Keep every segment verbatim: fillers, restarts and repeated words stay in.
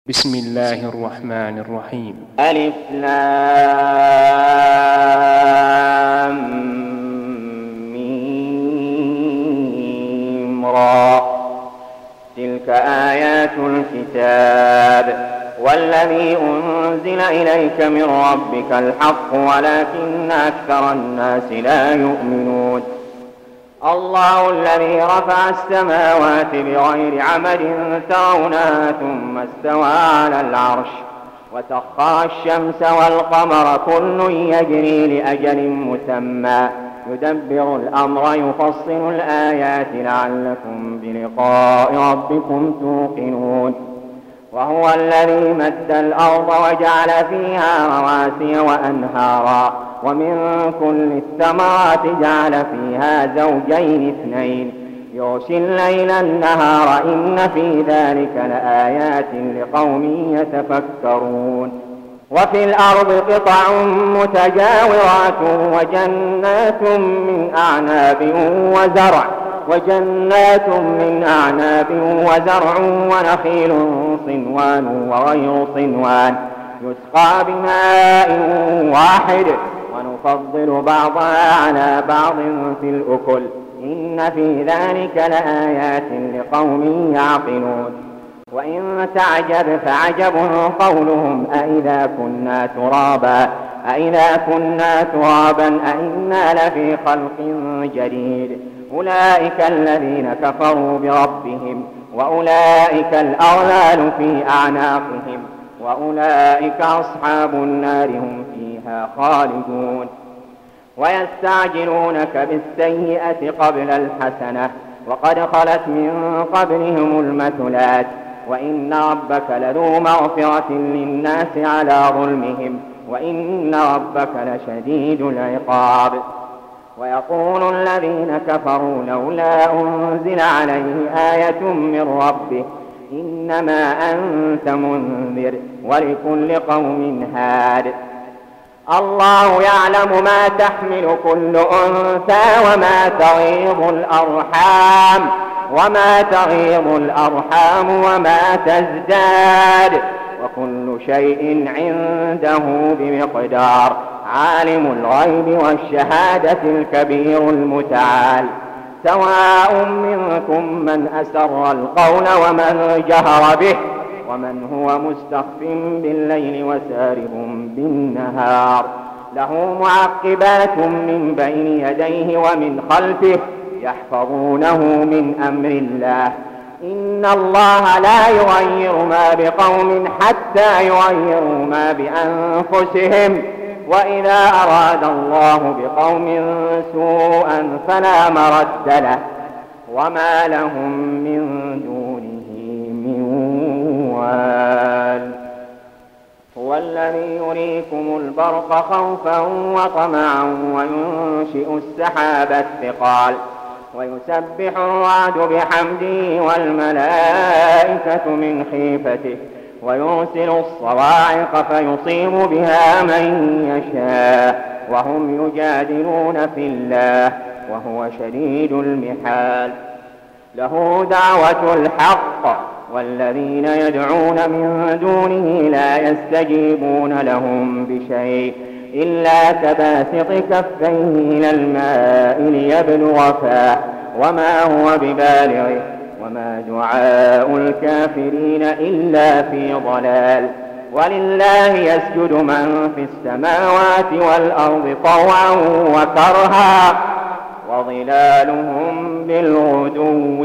بسم الله الرحمن الرحيم. ألف لام ميم را. تلك آيات الكتاب والذي أنزل إليك من ربك الحق ولكن أكثر الناس لا يؤمنون. الله الذي رفع السماوات بغير عمد ترونها ثم استوى على العرش وسخر الشمس والقمر كل يجري لأجل مسمى يدبر الأمر يفصل الآيات لعلكم بلقاء ربكم توقنون. وهو الذي مد الأرض وجعل فيها رواسي وأنهارا ومن كل الثمرات جعل فيها زوجين اثنين يغشي الليل النهار إن في ذلك لآيات لقوم يتفكرون. وفي الأرض قطع متجاورات وجنات من أعناب وزرع وجنات من أعناب وزرع ونخيل صنوان وغير صنوان يسقى بماء واحد ونفضل بعضها على بعض في الأكل إن في ذلك لآيات لقوم يعقلون. وإن تعجب فعجب قولهم أئذا كنا ترابا أئذا كنا ترابا أئنا لفي خلق جديد أولئك الذين كفروا بربهم وأولئك الأغلال في أعناقهم وأولئك أصحاب النار هم فيها خالدون. ويستعجلونك بالسيئة قبل الحسنة وقد خلت من قبلهم المثلات وإن ربك لذو مغفرة للناس على ظلمهم وإن ربك لشديد العقاب. ويقول الذين كفروا لولا أنزل عليه آية من ربه إنما أنت منذر ولكل قوم هاد. الله يعلم ما تحمل كل أنثى وما تغيض الأرحام وما تغيض الأرحام وما تزداد وكل شيء عنده بمقدار. عالم الغيب والشهادة الكبير المتعال. سواء منكم من أسر القول ومن جهر به ومن هو مستخف بالليل وسارب بالنهار له معقبات من بين يديه ومن خلفه يحفظونه من أمر الله إن الله لا يغير ما بقوم حتى يغيروا ما بأنفسهم وإذا أراد الله بقوم سوءا فلا مرد له وما لهم من دونه من وال. هو الذي يريكم البرق خوفا وطمعا وينشئ السحاب الثقال ويسبح الرعد بحمده والملائكة من خيفته ويرسل الصواعق فيصيب بها من يشاء وهم يجادلون في الله وهو شديد المحال. له دعوة الحق والذين يدعون من دونه لا يستجيبون لهم بشيء إلا كباسط كفيه إلى الماء ليبلغ فاه وما هو ببالغه وما دعاء الكافرين إلا في ضلال. ولله يسجد من في السماوات والأرض طوعا وكرها وظلالهم بالغدو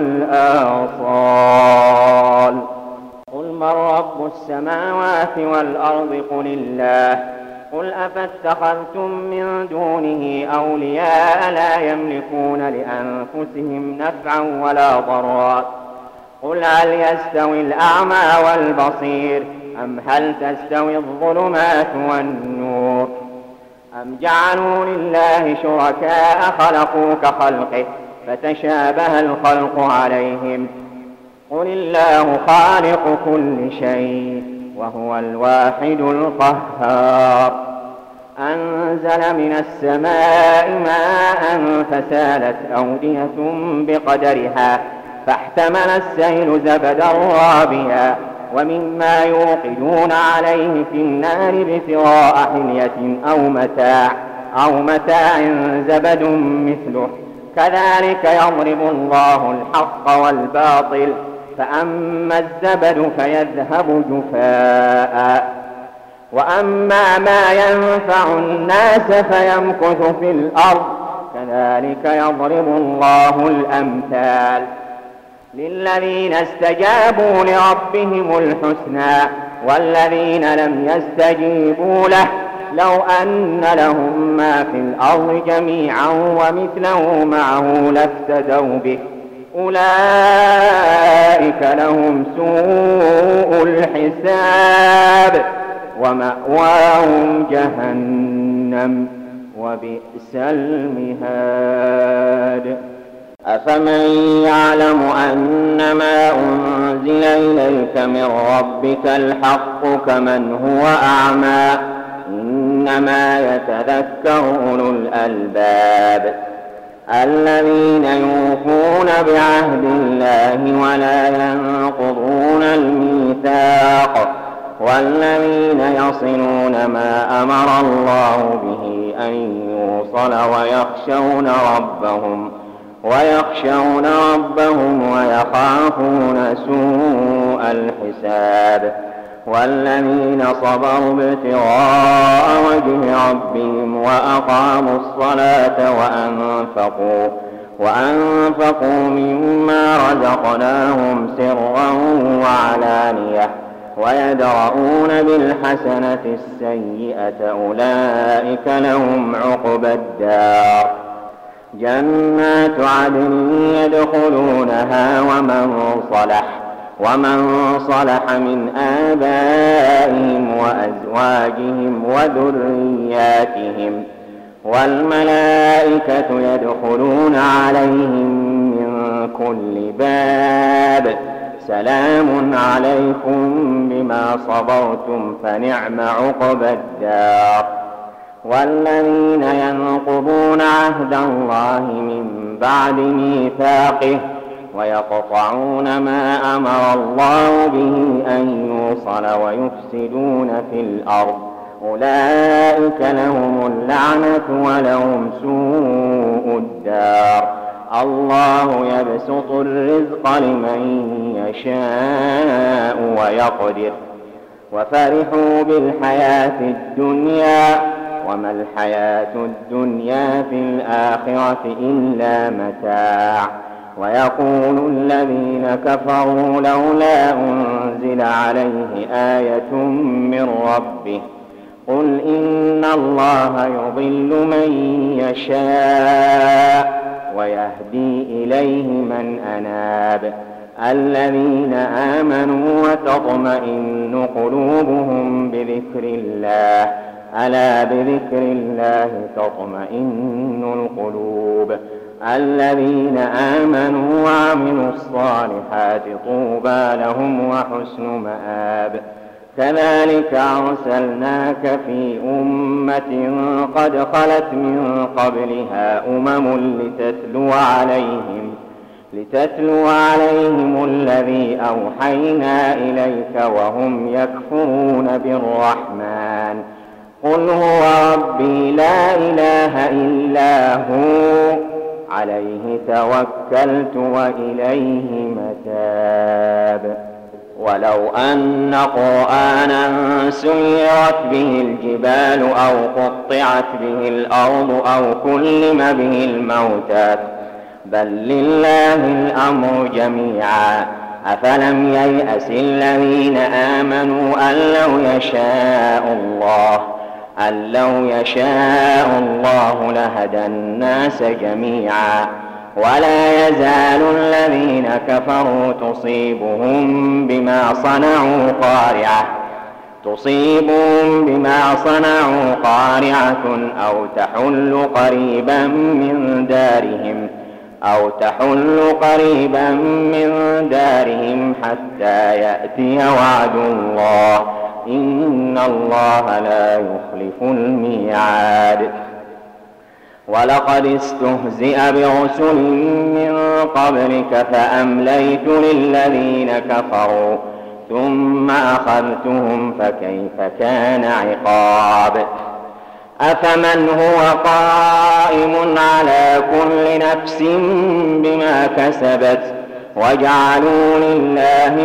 والآصال. قل من رب السماوات والأرض قل الله قل أفاتخذتم من دونه أولياء لا يملكون لأنفسهم نفعا ولا ضرا قل هل يستوي الأعمى والبصير أم هل تستوي الظلمات والنور أم جعلوا لله شركاء خلقوا كخلقه فتشابه الخلق عليهم قل الله خالق كل شيء وهو الواحد القهار. أنزل من السماء ماء فسالت أودية بقدرها فاحتمل السيل زبدا رابيا ومما يوقدون عليه في النار ابتغاء حلية أو متاع أو متاع زبد مثله كذلك يضرب الله الحق والباطل فأما الزبد فيذهب جفاء وأما ما ينفع الناس فيمكث في الأرض كذلك يضرب الله الأمثال للذين استجابوا لربهم الحسنى والذين لم يستجيبوا له لو أن لهم ما في الأرض جميعا ومثله معه لافتدوا به أولئك لهم سوء الحساب ومأواهم جهنم وبئس المهاد أفمن يعلم أنما أنزل إليك من ربك الحق كمن هو أعمى إنما يتذكر أولو الألباب الذين يوفون بعهد الله ولا ينقضون الميثاق والذين يصلون ما أمر الله به أن يوصل ويخشون ربهم ويخشون ربهم ويخافون سوء الحساب والذين صبروا ابتغاء وجه ربهم وأقاموا الصلاة وأنفقوا وأنفقوا مما رزقناهم سرا وعلانية ويدرؤون بالحسنة السيئة أولئك لهم عقبى الدار جنات عدن يدخلونها ومن صلح ومن صلح من آبائهم وأزواجهم وذرياتهم والملائكة يدخلون عليهم من كل باب سلام عليكم بما صبرتم فنعم عقبى الدار والذين ينقضون عهد الله من بعد ميثاقه ويقطعون ما أمر الله به أن يوصل ويفسدون في الأرض أولئك لهم اللعنة ولهم سوء الدار الله يبسط الرزق لمن يشاء ويقدر وفرحوا بالحياة الدنيا وما الحياة الدنيا في الآخرة إلا متاع ويقول الذين كفروا لولا أنزل عليه آية من ربه قل إن الله يضل من يشاء ويهدي إليه من أناب الذين آمنوا وتطمئن قلوبهم بذكر الله ألا بذكر الله تطمئن القلوب الذين آمنوا وعملوا الصالحات طوبى لهم وحسن مآب كذلك أرسلناك في أمة قد خلت من قبلها أمم لتتلو عليهم لتتلو عليهم الذي أوحينا إليك وهم يكفرون بالرحمن قل هو ربي لا إله إلا هو عليه توكلت وإليه متاب ولو أن قرآنا سيرت به الجبال أو قطعت به الأرض أو كلم به الموتى بل لله الأمر جميعا أفلم ييأس الذين آمنوا أن لو يشاء الله أن لو يشاء الله لهدى الناس جميعا ولا يزال الذين كفروا تصيبهم بما صنعوا قارعة تصيبهم بما صنعوا قارعة أو تحل قريبا من دارهم أو تحل قريبا من دارهم حتى يأتي وعد الله إن الله لا يخلف الميعاد ولقد استهزئ برسل من قبلك فأمليت للذين كفروا ثم أخذتهم فكيف كان عقاب أفمن هو قائم على كل نفس بما كسبت وجعلوا لله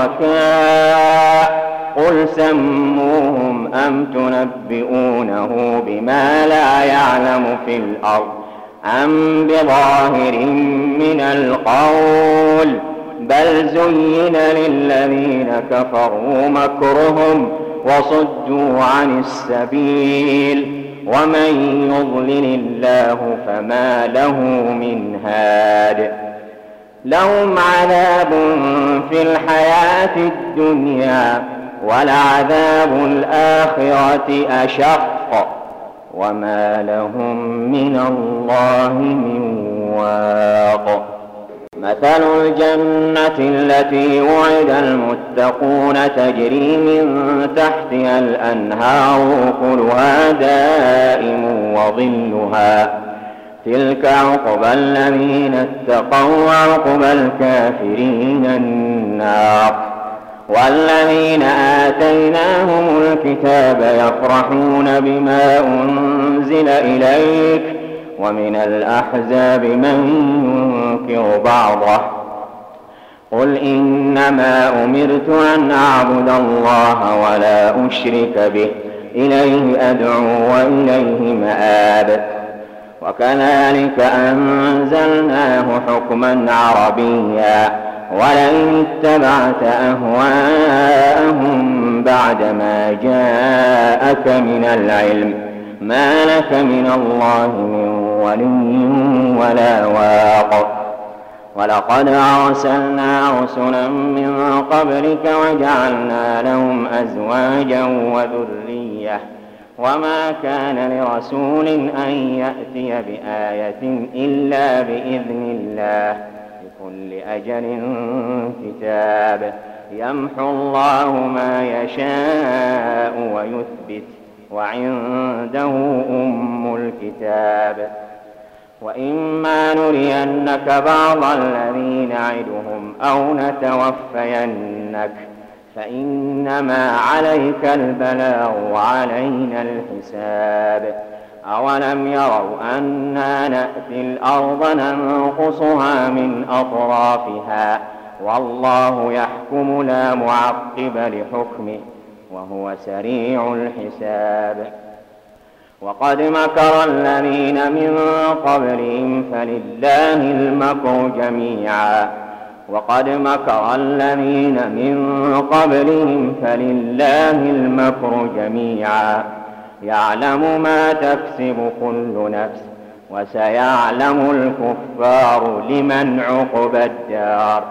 شركاء قل سموهم أم تنبئونه بما لا يعلم في الأرض أم بظاهر من القول بل زين للذين كفروا مكرهم وصدوا عن السبيل ومن يضلل الله فما له من هاد لهم عذاب في الحياة الدنيا ولعذاب الآخرة أشق وما لهم من الله من واق مثل الجنة التي وعد المتقون تجري من تحتها الأنهار أكلها دائم وظلها تلك عقبى الذين اتقوا وعقبى الكافرين النار والذين آتيناهم الكتاب يفرحون بما أنزل إليك ومن الأحزاب من ينكر بعضه قل إنما أمرت أن أعبد الله ولا أشرك به إليه أدعو وإليه مآب وكذلك أنزلناه حكما عربيا ولئن اتبعت أهواءهم بعدما جاءك من العلم ما لك من الله من ولي ولا واق ولقد أرسلنا رسلا من قبلك وجعلنا لهم أزواجا وذرية وما كان لرسول أن يأتي بآية إلا بإذن الله لكل أجل كتاب يمحو الله ما يشاء ويثبت وعنده أم الكتاب وإما نرينك بعض الذي نعدهم أو نتوفينك فإنما عليك البلاغ وعلينا الحساب أولم يروا أنا نأتي الأرض ننقصها من أطرافها والله يحكم لا معقب لحكمه وهو سريع الحساب وقد مكر الذين من قبلهم فلله المكر جميعا وقد مكر الذين من قبلهم فلله المكر جميعا يعلم ما تكسب كل نفس وسيعلم الكفار لمن عقبى الدار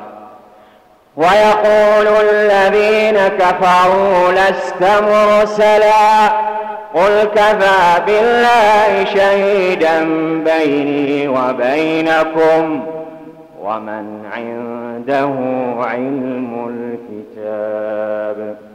ويقول الذين كفروا لست مرسلا قل كفى بالله شهيدا بيني وبينكم ومن عنده علم الكتاب.